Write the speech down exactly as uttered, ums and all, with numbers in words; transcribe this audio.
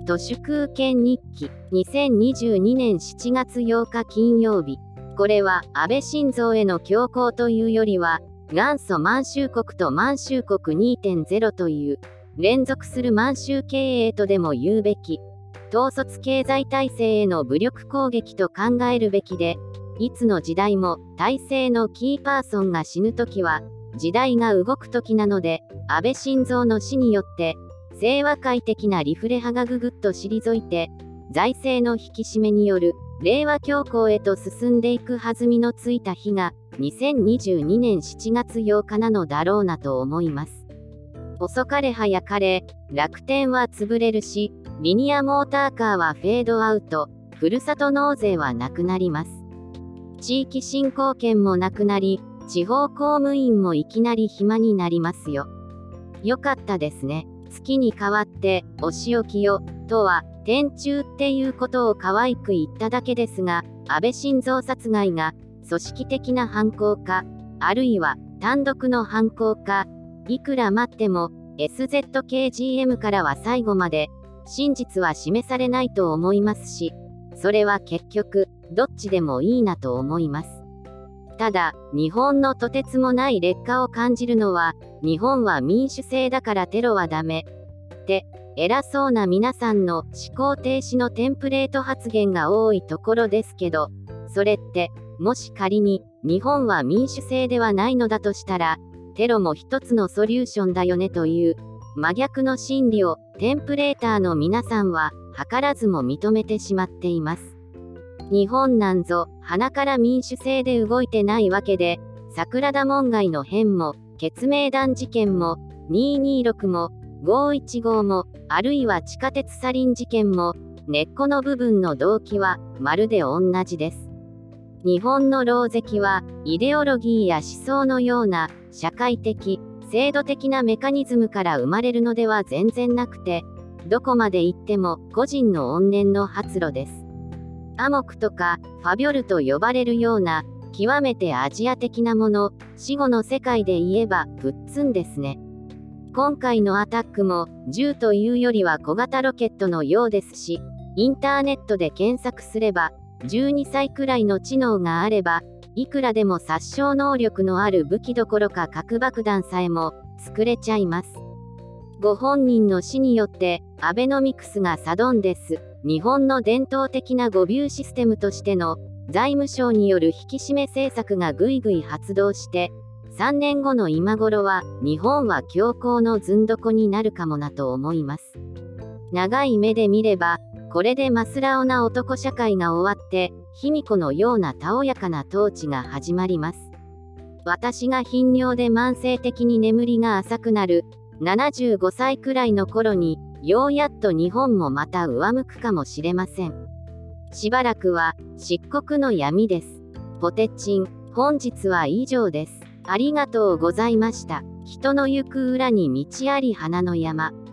都市空権日記にせんにじゅうにねんしちがつようか金曜日。これは安倍晋三への強行というよりは、元祖満州国と満州国 にてんゼロ という連続する満州経営とでも言うべき、統率経済体制への武力攻撃と考えるべきで、いつの時代も体制のキーパーソンが死ぬときは時代が動くときなので、安倍晋三の死によって清和会的なリフレ派がぐぐっと退いて、財政の引き締めによる令和恐慌へと進んでいく弾みのついた日がにせんにじゅうにねんしちがつようかなのだろうなと思います。遅かれ早かれ、楽天は潰れるし、リニアモーターカーはフェードアウト、ふるさと納税はなくなります。地域振興券もなくなり、地方公務員もいきなり暇になりますよ。よかったですね。月に代わってお仕置きよとは天中っていうことを可愛く言っただけですが、安倍晋三殺害が組織的な犯行か、あるいは単独の犯行か、いくら待っても エスゼットケージーエム からは最後まで真実は示されないと思いますし、それは結局どっちでもいいなと思います。ただ、日本のとてつもない劣化を感じるのは、日本は民主制だからテロはダメって偉そうな皆さんの思考停止のテンプレート発言が多いところですけど、それってもし仮に日本は民主制ではないのだとしたら、テロも一つのソリューションだよねという真逆の心理をテンプレーターの皆さんは図らずも認めてしまっています。日本なんぞ鼻から民主制で動いてないわけで、桜田門外の変も決明弾事件もにーにーろくもごーいちごも、あるいは地下鉄サリン事件も、根っこの部分の動機はまるで同じです。日本の狼藉はイデオロギーや思想のような社会的制度的なメカニズムから生まれるのでは全然なくて、どこまで行っても個人の怨念の発露です。アモクとかファビョルと呼ばれるような極めてアジア的なもの、死後の世界で言えばプッツンですね。今回のアタックも銃というよりは小型ロケットのようですし、インターネットで検索すればじゅうにさいくらいの知能があれば、いくらでも殺傷能力のある武器どころか核爆弾さえも作れちゃいます。ご本人の死によってアベノミクスがサドンデス、日本の伝統的な誤謬システムとしての財務省による引き締め政策がぐいぐい発動して、さんねんごの今頃は日本は恐慌のずんどこになるかもなと思います。長い目で見れば、これでマスラオな男社会が終わって、卑弥呼のようなたおやかな統治が始まります。私が頻尿で慢性的に眠りが浅くなるななじゅうごさいくらいの頃に、ようやっと日本もまた上向くかもしれません。しばらくは漆黒の闇です。ポテチン、本日は以上です。ありがとうございました。人の行く裏に道あり花の山。